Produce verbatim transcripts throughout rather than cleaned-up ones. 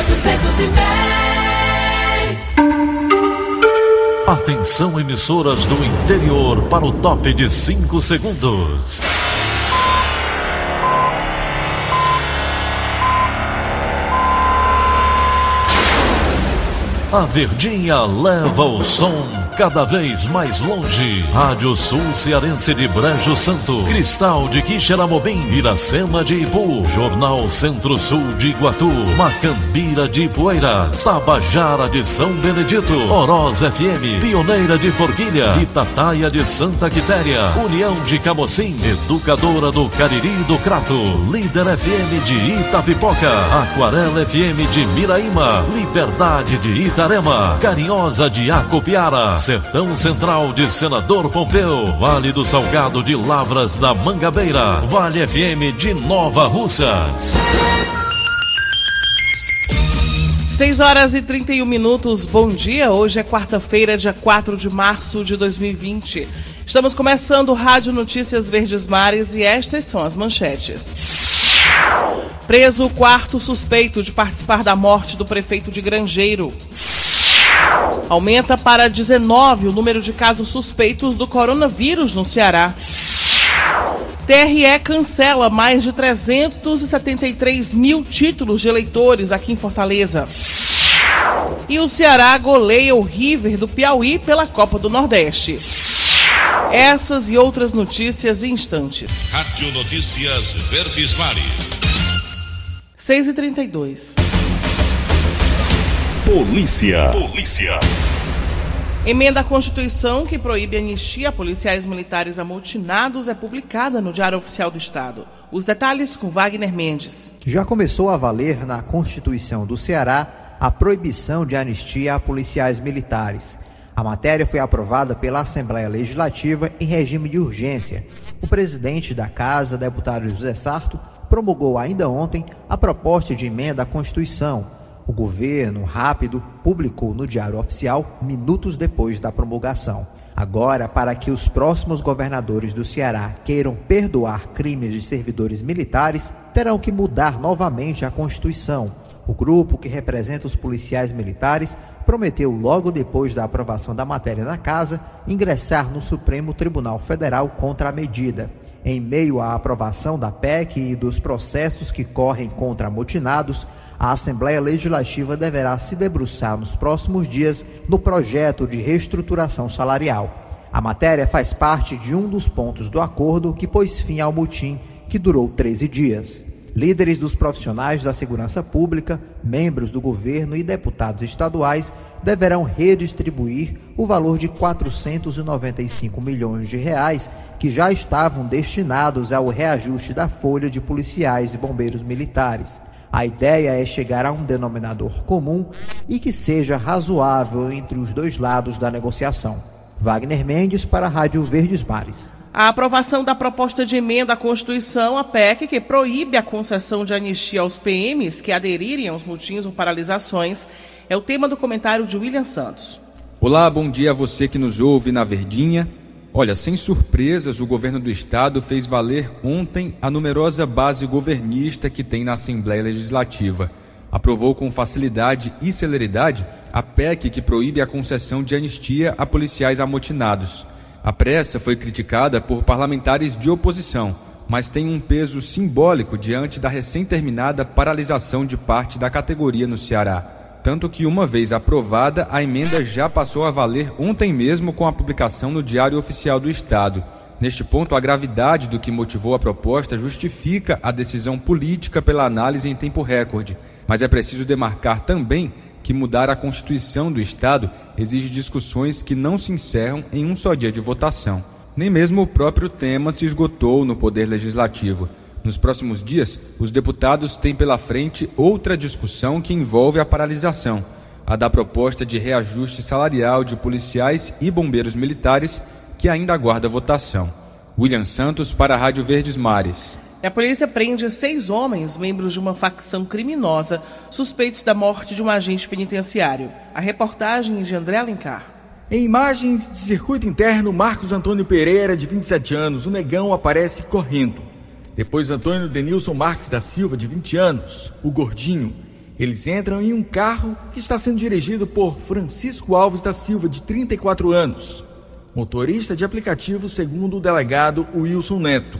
oitocentos e dez. Atenção, emissoras do interior, para o top de cinco segundos. A Verdinha leva o som cada vez mais longe. Rádio Sul Cearense de Brejo Santo, Cristal de Quixeramobim, Iracema de Ipu, Jornal Centro-Sul de Iguatu, Macambira de Ipueiras, Tabajara de São Benedito, Oroz F M, Pioneira de Forquilha, Itataia de Santa Quitéria, União de Camocim, Educadora do Cariri do Crato, Líder F M de Itapipoca, Aquarela F M de Miraíma, Liberdade de Ita Itarema, Carinhosa de Acopiara, Sertão Central de Senador Pompeu, Vale do Salgado de Lavras da Mangabeira, Vale F M de Nova Russas. seis horas e trinta e um minutos, bom dia. Hoje é quarta-feira, dia quatro de março de dois mil e vinte. Estamos começando o Rádio Notícias Verdes Mares e estas são as manchetes. Preso o quarto suspeito de participar da morte do prefeito de Grangeiro. Aumenta para dezenove o número de casos suspeitos do coronavírus no Ceará. T R E cancela mais de trezentos e setenta e três mil títulos de eleitores aqui em Fortaleza. E o Ceará goleia o River do Piauí pela Copa do Nordeste. Essas e outras notícias em instantes. Rádio Notícias Verdes Mares. seis e trinta e dois. Polícia. Polícia. Emenda à Constituição que proíbe anistia a policiais militares amotinados é publicada no Diário Oficial do Estado. Os detalhes com Wagner Mendes. Já começou a valer na Constituição do Ceará a proibição de anistia a policiais militares. A matéria foi aprovada pela Assembleia Legislativa em regime de urgência. O presidente da Casa, deputado José Sarto, promulgou ainda ontem a proposta de emenda à Constituição. O governo, rápido, publicou no Diário Oficial minutos depois da promulgação. Agora, para que os próximos governadores do Ceará queiram perdoar crimes de servidores militares, terão que mudar novamente a Constituição. O grupo que representa os policiais militares prometeu, logo depois da aprovação da matéria na Casa, ingressar no Supremo Tribunal Federal contra a medida. Em meio à aprovação da P E C e dos processos que correm contra amotinados, a Assembleia Legislativa deverá se debruçar nos próximos dias no projeto de reestruturação salarial. A matéria faz parte de um dos pontos do acordo que pôs fim ao motim, que durou treze dias. Líderes dos profissionais da segurança pública, membros do governo e deputados estaduais deverão redistribuir o valor de quatrocentos e noventa e cinco milhões de reais que já estavam destinados ao reajuste da folha de policiais e bombeiros militares. A ideia é chegar a um denominador comum e que seja razoável entre os dois lados da negociação. Wagner Mendes para a Rádio Verdes Mares. A aprovação da proposta de emenda à Constituição, a P E C, que proíbe a concessão de anistia aos P Ms que aderirem aos motins ou paralisações, é o tema do comentário de William Santos. Olá, bom dia a você que nos ouve na Verdinha. Olha, sem surpresas, o governo do estado fez valer ontem a numerosa base governista que tem na Assembleia Legislativa. Aprovou com facilidade e celeridade a P E C que proíbe a concessão de anistia a policiais amotinados. A pressa foi criticada por parlamentares de oposição, mas tem um peso simbólico diante da recém-terminada paralisação de parte da categoria no Ceará. Tanto que, uma vez aprovada, a emenda já passou a valer ontem mesmo com a publicação no Diário Oficial do Estado. Neste ponto, a gravidade do que motivou a proposta justifica a decisão política pela análise em tempo recorde. Mas é preciso demarcar também que mudar a Constituição do Estado exige discussões que não se encerram em um só dia de votação. Nem mesmo o próprio tema se esgotou no Poder Legislativo. Nos próximos dias, os deputados têm pela frente outra discussão que envolve a paralisação, a da proposta de reajuste salarial de policiais e bombeiros militares, que ainda aguarda votação. William Santos para a Rádio Verdes Mares. A polícia prende seis homens, membros de uma facção criminosa, suspeitos da morte de um agente penitenciário. A reportagem de André Alencar. Em imagens de circuito interno, Marcos Antônio Pereira, de vinte e sete anos, o negão aparece correndo. Depois Antônio Denilson Marques da Silva, de vinte anos, o gordinho. Eles entram em um carro que está sendo dirigido por Francisco Alves da Silva, de trinta e quatro anos, motorista de aplicativo, segundo o delegado Wilson Neto.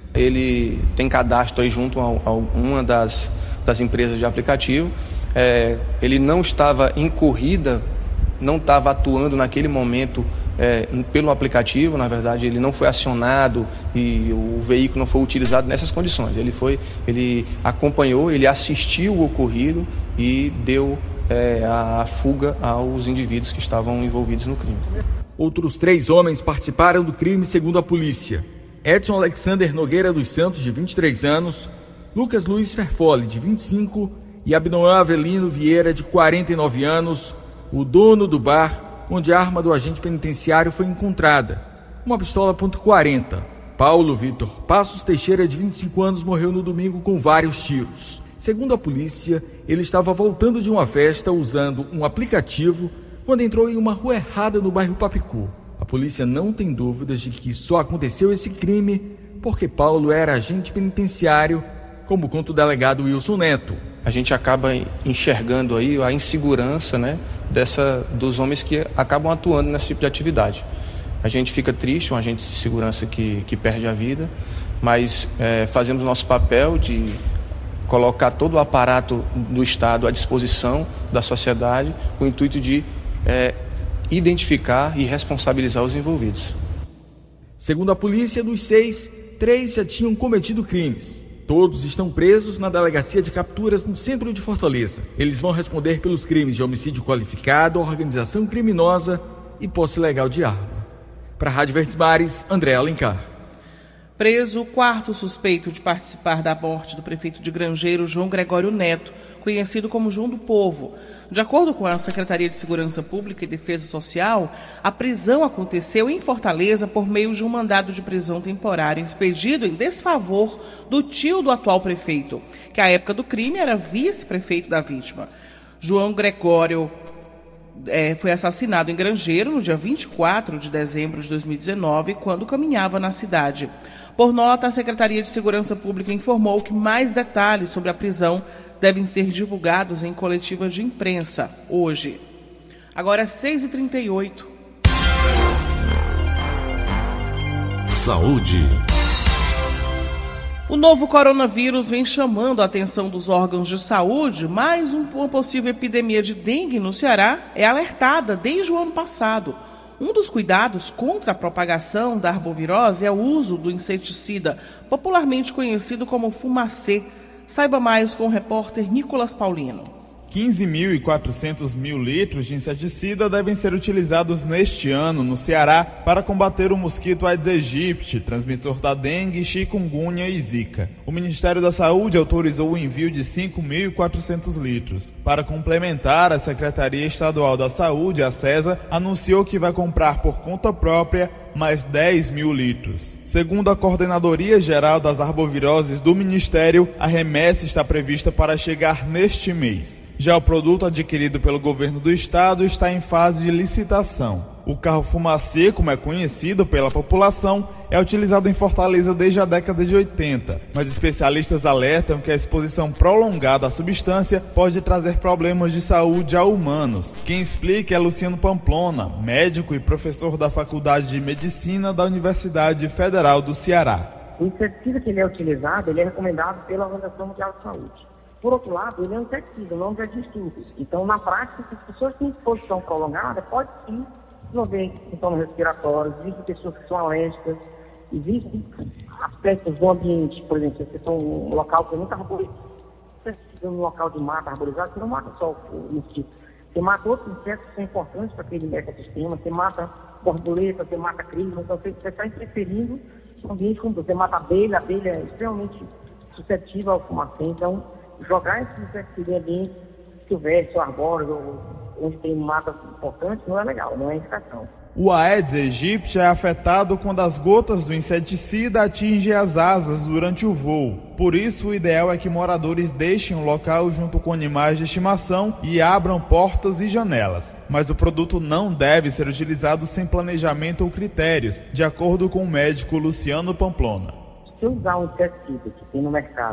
Ele tem cadastro aí junto a, a uma das, das empresas de aplicativo. É, ele não estava em corrida, não estava atuando naquele momento é, pelo aplicativo. Na verdade, ele não foi acionado e o veículo não foi utilizado nessas condições. Ele foi, ele acompanhou, ele assistiu o ocorrido e deu é, a fuga aos indivíduos que estavam envolvidos no crime. Outros três homens participaram do crime, segundo a polícia. Edson Alexander Nogueira dos Santos, de vinte e três anos, Lucas Luiz Ferfoli, de vinte e cinco, e Abnoam Avelino Vieira, de quarenta e nove anos, o dono do bar onde a arma do agente penitenciário foi encontrada, uma pistola ponto quarenta. Paulo Vitor Passos Teixeira, de vinte e cinco anos, morreu no domingo com vários tiros. Segundo a polícia, ele estava voltando de uma festa usando um aplicativo quando entrou em uma rua errada no bairro Papicu. A polícia não tem dúvidas de que só aconteceu esse crime porque Paulo era agente penitenciário, como conta o delegado Wilson Neto. A gente acaba enxergando aí a insegurança, né, dessa, dos homens que acabam atuando nesse tipo de atividade. A gente fica triste, um agente de segurança que, que perde a vida, mas é, fazemos o nosso papel de colocar todo o aparato do Estado à disposição da sociedade, com o intuito de é, identificar e responsabilizar os envolvidos. Segundo a polícia, dos seis, três já tinham cometido crimes. Todos estão presos na delegacia de capturas no centro de Fortaleza. Eles vão responder pelos crimes de homicídio qualificado, organização criminosa e posse ilegal de arma. Para a Rádio Verdes Mares, André Alencar. Preso o quarto suspeito de participar da morte do prefeito de Grangeiro, João Gregório Neto, conhecido como João do Povo. De acordo com a Secretaria de Segurança Pública e Defesa Social, a prisão aconteceu em Fortaleza por meio de um mandado de prisão temporário expedido em desfavor do tio do atual prefeito, que à época do crime era vice-prefeito da vítima. João Gregório é, foi assassinado em Grangeiro no dia vinte e quatro de dezembro de dois mil e dezenove, quando caminhava na cidade. Por nota, a Secretaria de Segurança Pública informou que mais detalhes sobre a prisão devem ser divulgados em coletiva de imprensa hoje. Agora, seis e trinta e oito. Saúde. O novo coronavírus vem chamando a atenção dos órgãos de saúde, mas uma possível epidemia de dengue no Ceará é alertada desde o ano passado. Um dos cuidados contra a propagação da arbovirose é o uso do inseticida, popularmente conhecido como fumacê. Saiba mais com o repórter Nicolas Paulino. quinze mil e quatrocentos mil litros de inseticida devem ser utilizados neste ano no Ceará para combater o mosquito Aedes aegypti, transmissor da dengue, chikungunya e zika. O Ministério da Saúde autorizou o envio de cinco mil e quatrocentos litros. Para complementar, a Secretaria Estadual da Saúde, a SESA, anunciou que vai comprar por conta própria mais dez mil litros. Segundo a Coordenadoria Geral das Arboviroses do Ministério, a remessa está prevista para chegar neste mês. Já o produto adquirido pelo governo do estado está em fase de licitação. O carro fumacê, como é conhecido pela população, é utilizado em Fortaleza desde a década de oitenta, mas especialistas alertam que a exposição prolongada à substância pode trazer problemas de saúde a humanos. Quem explica é Luciano Pamplona, médico e professor da Faculdade de Medicina da Universidade Federal do Ceará. O inseticida que ele é utilizado, ele é recomendado pela Organização Mundial de Saúde. Por outro lado, ele é um inseticida, não é distúrbios. Então, na prática, se as pessoas têm exposição prolongada, pode sim desenvolver sintomas respiratórios, existem pessoas que são alérgicas, existem aspectos do ambiente, por exemplo, se você está em um local que é muito arborizado, se você estiver em um local de mata arborizado, você não mata só o mosquito, você mata outros insetos que são importantes para aquele ecossistema, você mata borboleta, você mata crisma, então você está interferindo no ambiente como você mata abelha, a abelha é extremamente suscetível ao fumacê, então jogar esses insetos em ambientes silvestres, arbóreos, onde tem matas importantes, não é legal, não é indicação. O Aedes aegypti é afetado quando as gotas do inseticida atingem as asas durante o voo. Por isso, o ideal é que moradores deixem o local junto com animais de estimação e abram portas e janelas. Mas o produto não deve ser utilizado sem planejamento ou critérios, de acordo com o médico Luciano Pamplona. Se usar um inseticida que tem no mercado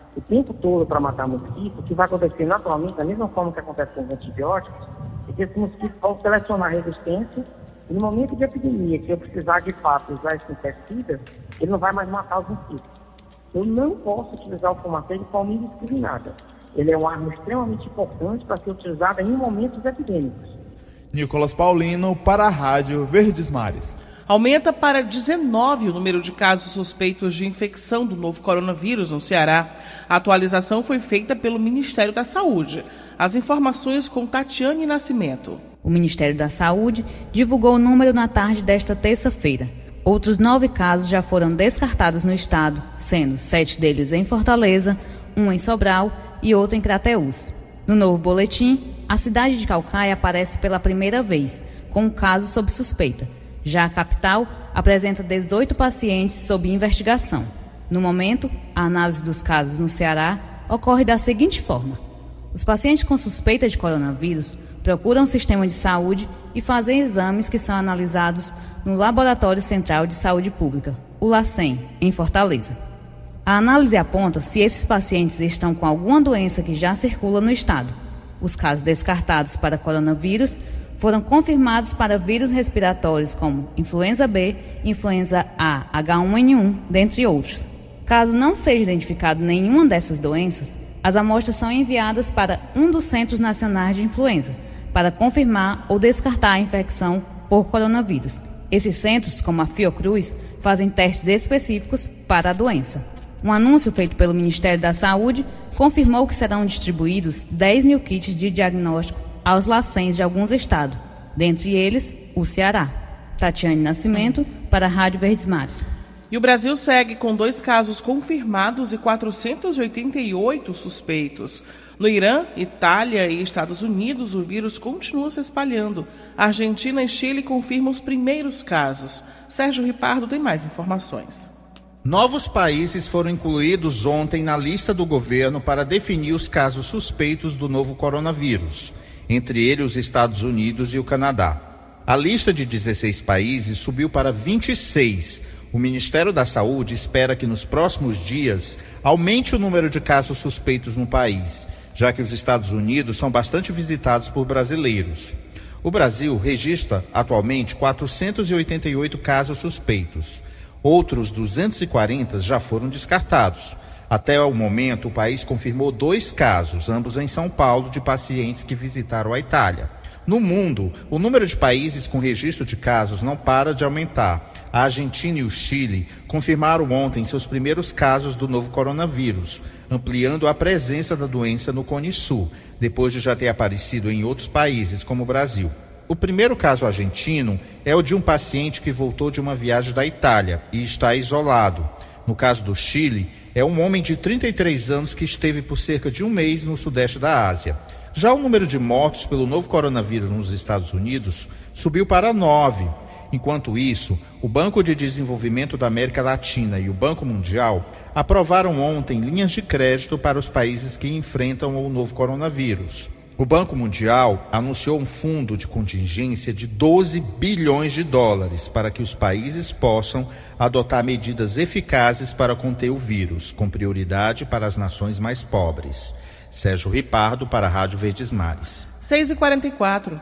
o tempo todo para matar mosquito, que vai acontecer naturalmente da mesma forma que acontece com os antibióticos, é que esses mosquitos vão selecionar resistência e no momento de epidemia, que eu precisar de fato usar esse inseticida, ele não vai mais matar os mosquitos. Eu não posso utilizar o fumaceiro de forma indiscriminada. Ele é uma arma extremamente importante para ser utilizada em momentos epidêmicos. Nicolas Paulino para a Rádio Verdes Mares. Aumenta para dezenove o número de casos suspeitos de infecção do novo coronavírus no Ceará. A atualização foi feita pelo Ministério da Saúde. As informações com Tatiane Nascimento. O Ministério da Saúde divulgou o número na tarde desta terça-feira. Outros nove casos já foram descartados no estado, sendo sete deles em Fortaleza, um em Sobral e outro em Crateús. No novo boletim, a cidade de Caucaia aparece pela primeira vez, com um caso sob suspeita. Já a capital apresenta dezoito pacientes sob investigação. No momento, a análise dos casos no Ceará ocorre da seguinte forma: os pacientes com suspeita de coronavírus procuram o sistema de saúde e fazem exames que são analisados no Laboratório Central de Saúde Pública, o LACEN, em Fortaleza. A análise aponta se esses pacientes estão com alguma doença que já circula no estado. Os casos descartados para coronavírus foram confirmados para vírus respiratórios como influenza B, influenza A, H um N um, dentre outros. Caso não seja identificado nenhuma dessas doenças, as amostras são enviadas para um dos Centros Nacionais de Influenza, para confirmar ou descartar a infecção por coronavírus. Esses centros, como a Fiocruz, fazem testes específicos para a doença. Um anúncio feito pelo Ministério da Saúde confirmou que serão distribuídos dez mil kits de diagnóstico aos LACENs de alguns estados, dentre eles o Ceará. Tatiane Nascimento, para a Rádio Verdes Mares. E o Brasil segue com dois casos confirmados e quatrocentos e oitenta e oito suspeitos. No Irã, Itália e Estados Unidos, o vírus continua se espalhando. A Argentina e Chile confirmam os primeiros casos. Sérgio Ripardo tem mais informações. Novos países foram incluídos ontem na lista do governo para definir os casos suspeitos do novo coronavírus, entre eles os Estados Unidos e o Canadá. A lista de dezesseis países subiu para vinte e seis. O Ministério da Saúde espera que nos próximos dias aumente o número de casos suspeitos no país, já que os Estados Unidos são bastante visitados por brasileiros. O Brasil registra atualmente quatrocentos e oitenta e oito casos suspeitos. Outros duzentos e quarenta já foram descartados. Até o momento, o país confirmou dois casos, ambos em São Paulo, de pacientes que visitaram a Itália. No mundo, o número de países com registro de casos não para de aumentar. A Argentina e o Chile confirmaram ontem seus primeiros casos do novo coronavírus, ampliando a presença da doença no Cone Sul, depois de já ter aparecido em outros países, como o Brasil. O primeiro caso argentino é o de um paciente que voltou de uma viagem da Itália e está isolado. No caso do Chile, é um homem de trinta e três anos que esteve por cerca de um mês no sudeste da Ásia. Já o número de mortos pelo novo coronavírus nos Estados Unidos subiu para nove. Enquanto isso, o Banco de Desenvolvimento da América Latina e o Banco Mundial aprovaram ontem linhas de crédito para os países que enfrentam o novo coronavírus. O Banco Mundial anunciou um fundo de contingência de doze bilhões de dólares para que os países possam adotar medidas eficazes para conter o vírus, com prioridade para as nações mais pobres. Sérgio Ripardo, para a Rádio Verdes Mares. seis e quarenta e quatro.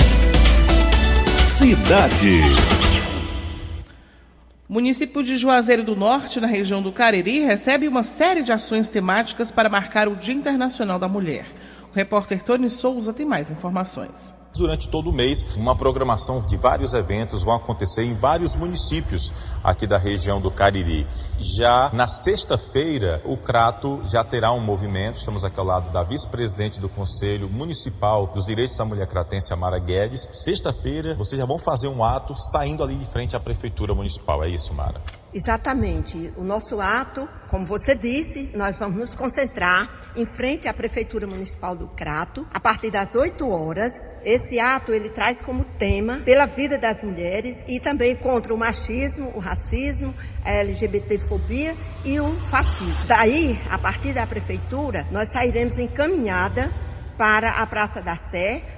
Cidade. O município de Juazeiro do Norte, na região do Cariri, recebe uma série de ações temáticas para marcar o Dia Internacional da Mulher. O repórter Tony Souza tem mais informações. Durante todo o mês, uma programação de vários eventos vão acontecer em vários municípios aqui da região do Cariri. Já na sexta-feira, o Crato já terá um movimento. Estamos aqui ao lado da vice-presidente do Conselho Municipal dos Direitos da Mulher Cratense, Amara Guedes. Sexta-feira, vocês já vão fazer um ato saindo ali de frente à Prefeitura Municipal. É isso, Mara? Exatamente. O nosso ato, como você disse, nós vamos nos concentrar em frente à Prefeitura Municipal do Crato, a partir das oito horas. Esse ato, ele traz como tema pela vida das mulheres e também contra o machismo, o racismo, a LGBTfobia e o fascismo. Daí, a partir da Prefeitura, nós sairemos encaminhada para a Praça da Sé,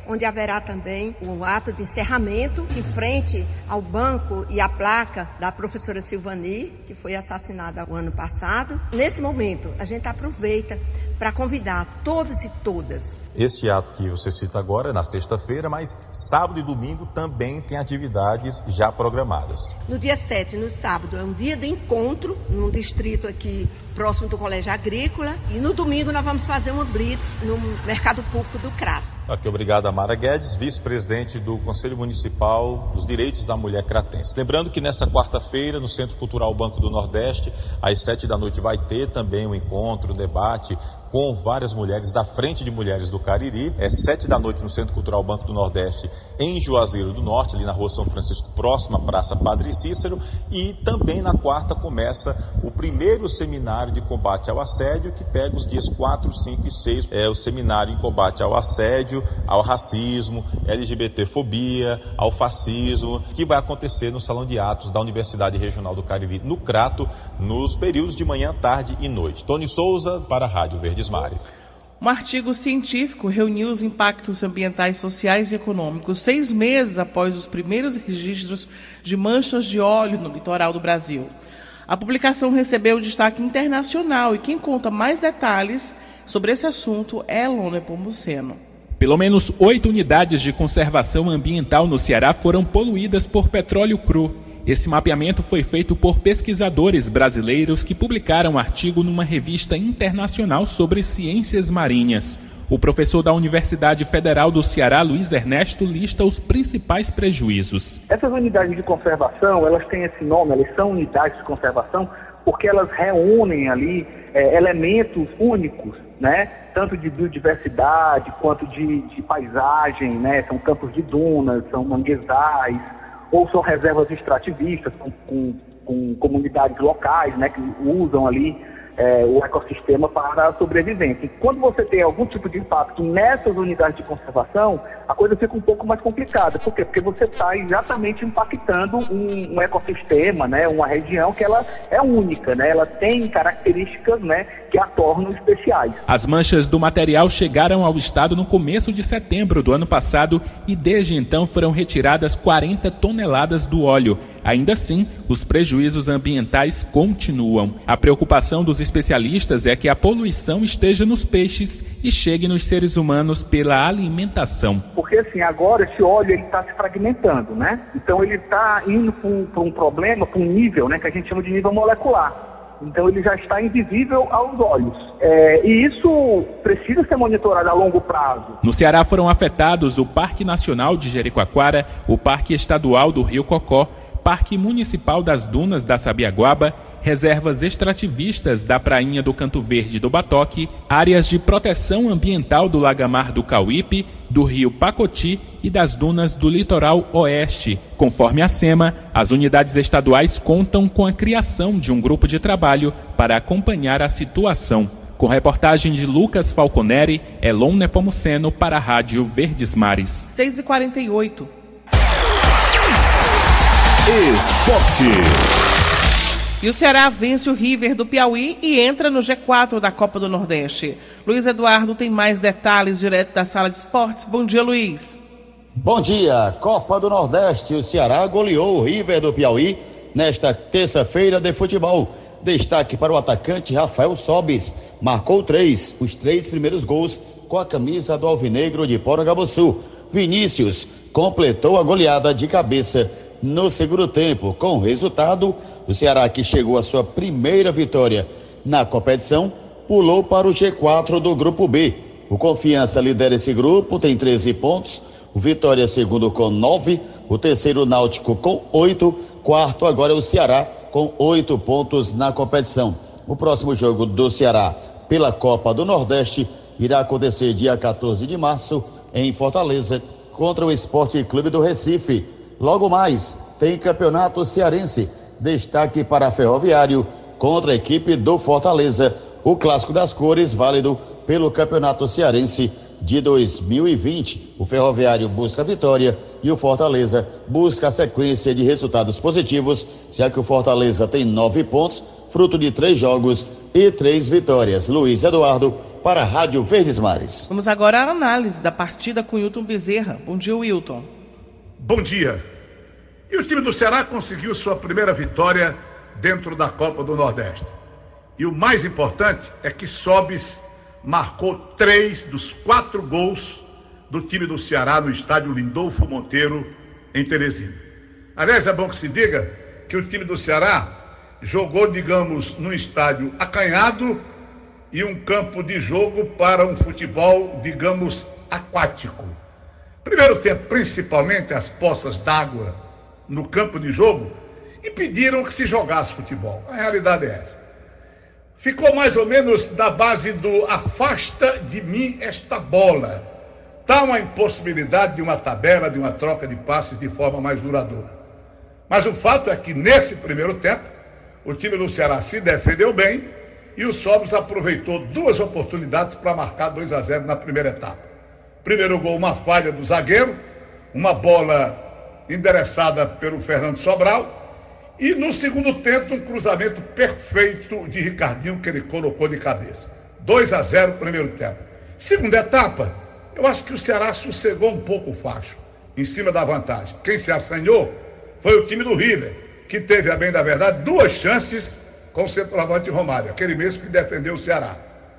onde haverá também um ato de encerramento de frente ao banco e à placa da professora Silvani, que foi assassinada o ano passado. Nesse momento, a gente aproveita para convidar todos e todas. Este ato que você cita agora é na sexta-feira, mas sábado e domingo também tem atividades já programadas. No dia sete, no sábado, é um dia de encontro num distrito aqui próximo do Colégio Agrícola, e no domingo nós vamos fazer uma blitz no Mercado Público do Crato. Aqui, obrigado a Mara Guedes, vice-presidente do Conselho Municipal dos Direitos da Mulher Cratense. Lembrando que nesta quarta-feira, no Centro Cultural Banco do Nordeste, às sete da noite, vai ter também um encontro, um debate com várias mulheres da Frente de Mulheres do Cariri. É sete da noite no Centro Cultural Banco do Nordeste, em Juazeiro do Norte, ali na Rua São Francisco, próxima à Praça Padre Cícero. E também na quarta começa o primeiro seminário de combate ao assédio, que pega os dias quatro, cinco e seis. É o seminário em combate ao assédio, ao racismo, L G B T fobia, ao fascismo, que vai acontecer no Salão de Atos da Universidade Regional do Cariri, no Crato, nos períodos de manhã, tarde e noite. Tony Souza, para a Rádio Verdes Mares. Um artigo científico reuniu os impactos ambientais, sociais e econômicos seis meses após os primeiros registros de manchas de óleo no litoral do Brasil. A publicação recebeu destaque internacional e quem conta mais detalhes sobre esse assunto é Elon Nepomuceno. Pelo menos oito unidades de conservação ambiental no Ceará foram poluídas por petróleo cru. Esse mapeamento foi feito por pesquisadores brasileiros que publicaram um artigo numa revista internacional sobre ciências marinhas. O professor da Universidade Federal do Ceará, Luiz Ernesto, lista os principais prejuízos. Essas unidades de conservação, elas têm esse nome, elas são unidades de conservação porque elas reúnem ali é, elementos únicos, né? Tanto de biodiversidade quanto de, de paisagem, né? São campos de dunas, são manguezais, ou são reservas extrativistas com, com, com comunidades locais, né? Que usam ali é, o ecossistema para a sobrevivência. E quando você tem algum tipo de impacto nessas unidades de conservação, a coisa fica um pouco mais complicada. Por quê? Porque você está exatamente impactando um, um ecossistema, né? Uma região que ela é única, né? Ela tem características, né? Que a tornam especiais. As manchas do material chegaram ao estado no começo de setembro do ano passado e desde então foram retiradas quarenta toneladas do óleo. Ainda assim, os prejuízos ambientais continuam. A preocupação dos especialistas é que a poluição esteja nos peixes e chegue nos seres humanos pela alimentação. Porque assim, agora esse óleo está se fragmentando, né? Então ele está indo para um, um problema, para um nível, né, que a gente chama de nível molecular. Então ele já está invisível aos olhos. É, e isso precisa ser monitorado a longo prazo. No Ceará foram afetados o Parque Nacional de Jericoacoara, o Parque Estadual do Rio Cocó, Parque Municipal das Dunas da Sabiaguaba, reservas extrativistas da Prainha do Canto Verde do Batoque, áreas de proteção ambiental do Lagamar do Cauípe, do Rio Pacoti e das dunas do Litoral Oeste. Conforme a SEMA, as unidades estaduais contam com a criação de um grupo de trabalho para acompanhar a situação. Com reportagem de Lucas Falconeri, Elon Nepomuceno para a Rádio Verdes Mares. seis e quarenta e oito. Esporte. E o Ceará vence o River do Piauí e entra no G quatro da Copa do Nordeste. Luiz Eduardo tem mais detalhes direto da Sala de Esportes. Bom dia, Luiz. Bom dia. Copa do Nordeste. O Ceará goleou o River do Piauí nesta terça-feira de futebol. Destaque para o atacante Rafael Sobis. Marcou três, os três primeiros gols com a camisa do Alvinegro de Porangabuçu. Vinícius completou a goleada de cabeça no segundo tempo. Com o resultado, o Ceará, que chegou à sua primeira vitória na competição, pulou para o G quatro do Grupo B. O Confiança lidera esse grupo, tem treze pontos. O Vitória segundo com nove. O terceiro Náutico com oito. Quarto agora é o Ceará com oito pontos na competição. O próximo jogo do Ceará pela Copa do Nordeste irá acontecer dia quatorze de março em Fortaleza contra o Esporte Clube do Recife. Logo mais, tem campeonato cearense. Destaque para Ferroviário contra a equipe do Fortaleza. O Clássico das Cores, válido pelo Campeonato Cearense de dois mil e vinte. O Ferroviário busca a vitória e o Fortaleza busca a sequência de resultados positivos, já que o Fortaleza tem nove pontos, fruto de três jogos e três vitórias. Luiz Eduardo, para a Rádio Verdes Mares. Vamos agora à análise da partida com Wilton Bezerra. Bom dia, Wilton. Bom dia. E o time do Ceará conseguiu sua primeira vitória dentro da Copa do Nordeste. E o mais importante é que Sobis marcou três dos quatro gols do time do Ceará no estádio Lindolfo Monteiro, em Teresina. Aliás, é bom que se diga que o time do Ceará jogou, digamos, num estádio acanhado e um campo de jogo para um futebol, digamos, aquático. Primeiro tempo, principalmente, as poças d'água no campo de jogo impediram que se jogasse futebol. A realidade é essa. Ficou mais ou menos da base do afasta de mim esta bola. Está uma impossibilidade de uma tabela, de uma troca de passes de forma mais duradoura. Mas o fato é que nesse primeiro tempo, o time do Ceará se defendeu bem e o Sobis aproveitou duas oportunidades para marcar dois a zero na primeira etapa. Primeiro gol, uma falha do zagueiro, uma bola endereçada pelo Fernando Sobral. E no segundo tempo, um cruzamento perfeito de Ricardinho que ele colocou de cabeça. dois a zero primeiro tempo. Segunda etapa, eu acho que o Ceará sossegou um pouco o facho em cima da vantagem. Quem se assanhou foi o time do River, que teve, a bem da verdade, duas chances com o centroavante Romário, aquele mesmo que defendeu o Ceará.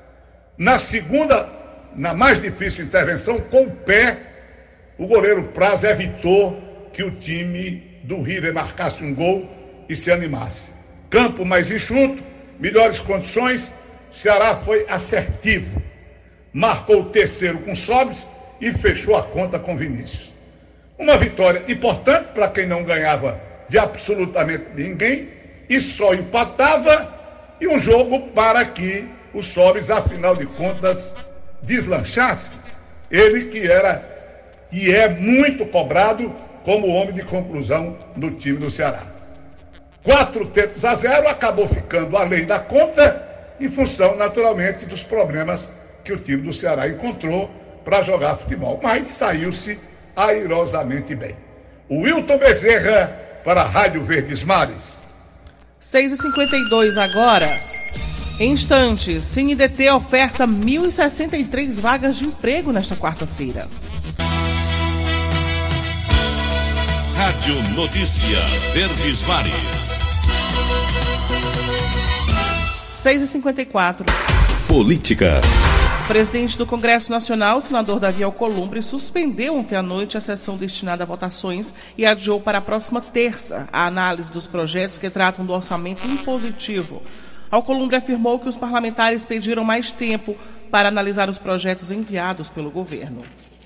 Na segunda, na mais difícil intervenção, com o pé, o goleiro Praz evitou que o time do River marcasse um gol e se animasse. Campo mais enxuto, melhores condições, o Ceará foi assertivo. Marcou o terceiro com Sobis e fechou a conta com Vinícius. Uma vitória importante para quem não ganhava de absolutamente ninguém e só empatava, e um jogo para que o Sobis, afinal de contas, deslanchasse. Ele que era e é muito cobrado como homem de conclusão do time do Ceará. Quatro tentos a zero, acabou ficando além da conta, em função, naturalmente, dos problemas que o time do Ceará encontrou para jogar futebol. Mas saiu-se airosamente bem. O Wilton Bezerra para a Rádio Verdes Mares. seis e cinquenta e dois agora. Em instantes, Cine D T oferta mil e sessenta e três vagas de emprego nesta quarta-feira. Rádio Notícia Verdes Mares. seis e cinquenta e quatro. Política. O presidente do Congresso Nacional, o senador Davi Alcolumbre, suspendeu ontem à noite a sessão destinada a votações e adiou para a próxima terça a análise dos projetos que tratam do orçamento impositivo. Alcolumbre afirmou que os parlamentares pediram mais tempo para analisar os projetos enviados pelo governo.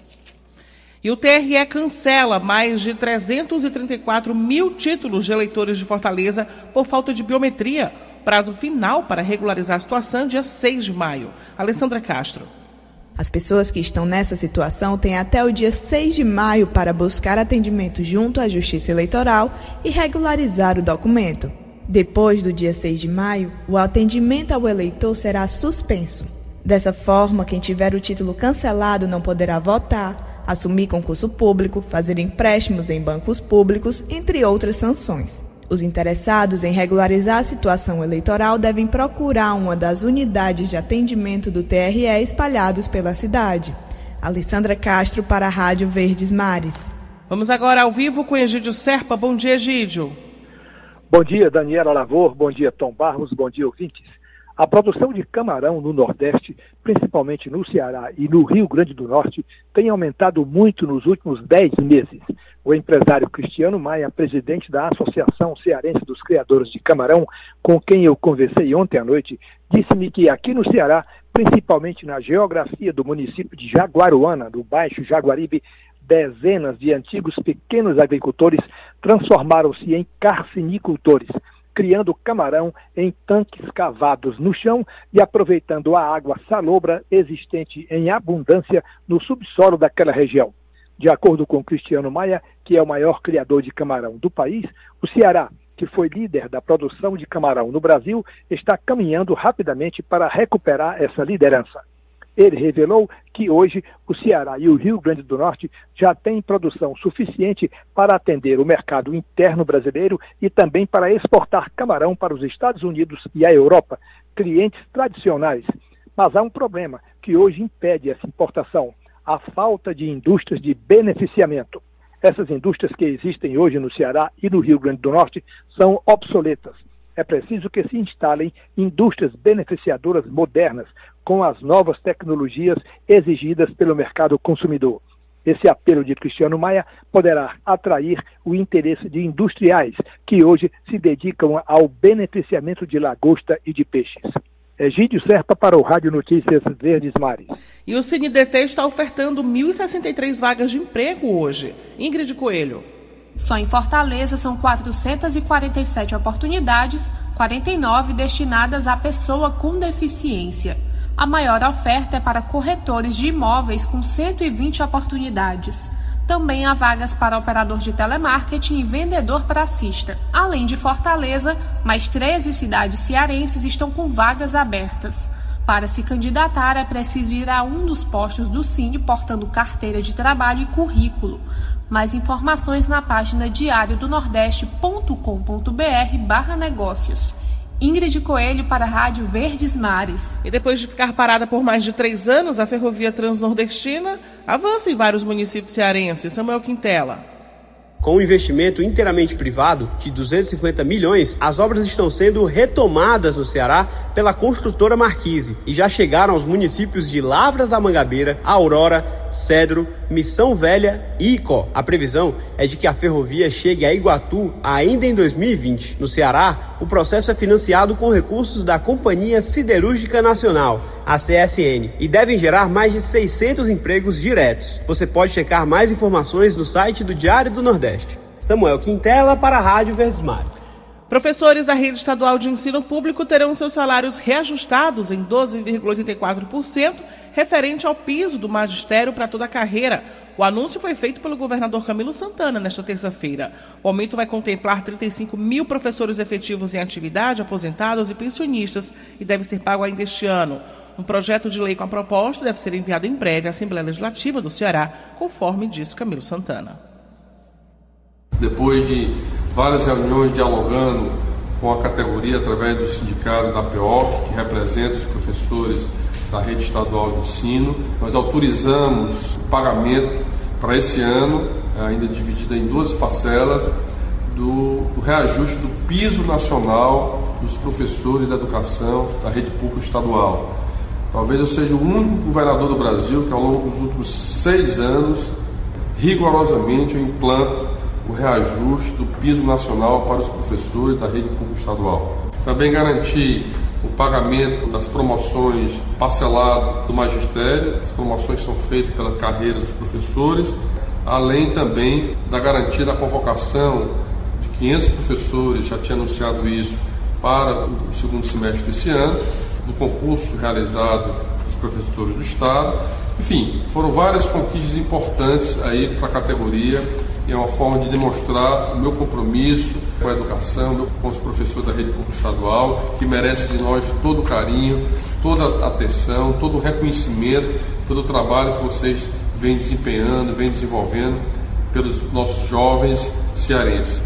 E o T R E cancela mais de trezentos e trinta e quatro mil títulos de eleitores de Fortaleza por falta de biometria. Prazo final para regularizar a situação, dia seis de maio. Alessandra Castro. As pessoas que estão nessa situação têm até o dia seis de maio para buscar atendimento junto à Justiça Eleitoral e regularizar o documento. Depois do dia seis de maio, o atendimento ao eleitor será suspenso. Dessa forma, quem tiver o título cancelado não poderá votar, assumir concurso público, fazer empréstimos em bancos públicos, entre outras sanções. Os interessados em regularizar a situação eleitoral devem procurar uma das unidades de atendimento do T R E espalhados pela cidade. Alessandra Castro para a Rádio Verdes Mares. Vamos agora ao vivo com Egídio Serpa. Bom dia, Egídio. Bom dia, Daniela Lavor. Bom dia, Tom Barros. Bom dia, ouvintes. A produção de camarão no Nordeste, principalmente no Ceará e no Rio Grande do Norte, tem aumentado muito nos últimos dez meses. O empresário Cristiano Maia, presidente da Associação Cearense dos Criadores de Camarão, com quem eu conversei ontem à noite, disse-me que aqui no Ceará, principalmente na geografia do município de Jaguaruana, do Baixo Jaguaribe, dezenas de antigos pequenos agricultores transformaram-se em carcinicultores, criando camarão em tanques cavados no chão e aproveitando a água salobra existente em abundância no subsolo daquela região. De acordo com Cristiano Maia, que é o maior criador de camarão do país, o Ceará, que foi líder da produção de camarão no Brasil, está caminhando rapidamente para recuperar essa liderança. Ele revelou que hoje o Ceará e o Rio Grande do Norte já têm produção suficiente para atender o mercado interno brasileiro e também para exportar camarão para os Estados Unidos e a Europa, clientes tradicionais. Mas há um problema que hoje impede essa importação: a falta de indústrias de beneficiamento. Essas indústrias que existem hoje no Ceará e no Rio Grande do Norte são obsoletas. É preciso que se instalem indústrias beneficiadoras modernas, com as novas tecnologias exigidas pelo mercado consumidor. Esse apelo de Cristiano Maia poderá atrair o interesse de industriais que hoje se dedicam ao beneficiamento de lagosta e de peixes. Egídio Serpa para o Rádio Notícias Verdes Mares. E o C N D T está ofertando mil e sessenta e três vagas de emprego hoje. Ingrid Coelho. Só em Fortaleza são quatrocentas e quarenta e sete oportunidades, quarenta e nove destinadas à pessoa com deficiência. A maior oferta é para corretores de imóveis com cento e vinte oportunidades. Também há vagas para operador de telemarketing e vendedor pracista. Além de Fortaleza, mais treze cidades cearenses estão com vagas abertas. Para se candidatar, é preciso ir a um dos postos do Cine portando carteira de trabalho e currículo. Mais informações na página diário do nordeste ponto com ponto br barra negócios. Ingrid Coelho para a Rádio Verdes Mares. E depois de ficar parada por mais de três anos, a ferrovia transnordestina avança em vários municípios cearenses. Samuel Quintela. Com um investimento inteiramente privado de duzentos e cinquenta milhões, as obras estão sendo retomadas no Ceará pela construtora Marquise e já chegaram aos municípios de Lavras da Mangabeira, Aurora, Cedro, Missão Velha e Icó. A previsão é de que a ferrovia chegue a Iguatu ainda em dois mil e vinte. No Ceará, o processo é financiado com recursos da Companhia Siderúrgica Nacional, a C S N, e devem gerar mais de seiscentos empregos diretos. Você pode checar mais informações no site do Diário do Nordeste. Samuel Quintela para a Rádio Verdes Mares. Professores da rede estadual de ensino público terão seus salários reajustados em doze vírgula oitenta e quatro por cento, referente ao piso do magistério para toda a carreira. O anúncio foi feito pelo governador Camilo Santana nesta terça-feira. O aumento vai contemplar trinta e cinco mil professores efetivos em atividade, aposentados e pensionistas e deve ser pago ainda este ano. Um projeto de lei com a proposta deve ser enviado em breve à Assembleia Legislativa do Ceará, conforme disse Camilo Santana. Depois de várias reuniões dialogando com a categoria através do sindicato da P O C, que representa os professores da rede estadual de ensino, nós autorizamos o pagamento para esse ano, ainda dividido em duas parcelas, do, do reajuste do piso nacional dos professores da educação da rede pública estadual. Talvez eu seja o único governador do Brasil que ao longo dos últimos seis anos, rigorosamente, eu implanto o reajuste do piso nacional para os professores da rede pública estadual. Também garanti o pagamento das promoções parceladas do magistério, as promoções são feitas pela carreira dos professores, além também da garantia da convocação de quinhentos professores, já tinha anunciado isso, para o segundo semestre desse ano, do concurso realizado dos professores do Estado. Enfim, foram várias conquistas importantes aí para a categoria e é uma forma de demonstrar o meu compromisso com a educação, com os professores da rede pública estadual, que merecem de nós todo o carinho, toda a atenção, todo o reconhecimento pelo trabalho que vocês vêm desempenhando, vêm desenvolvendo pelos nossos jovens cearenses.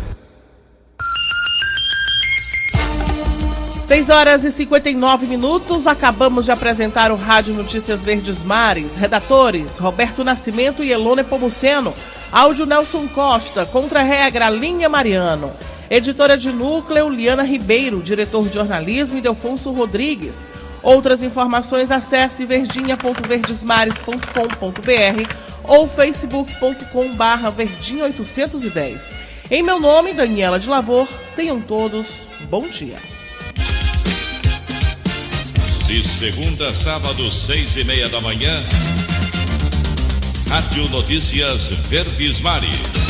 seis horas e cinquenta e nove minutos, acabamos de apresentar o Rádio Notícias Verdes Mares. Redatores, Roberto Nascimento e Elone Pomuceno. Áudio Nelson Costa, contra-regra Linha Mariano. Editora de núcleo Liana Ribeiro, diretor de jornalismo Idelfonso Rodrigues. Outras informações acesse verdinha ponto verdesmares ponto com ponto br ou facebook ponto com barra verdinha oitocentos e dez. Em meu nome, Daniela de Lavor, tenham todos bom dia. De segunda a sábado, seis e meia da manhã, Rádio Notícias Verdes Mares.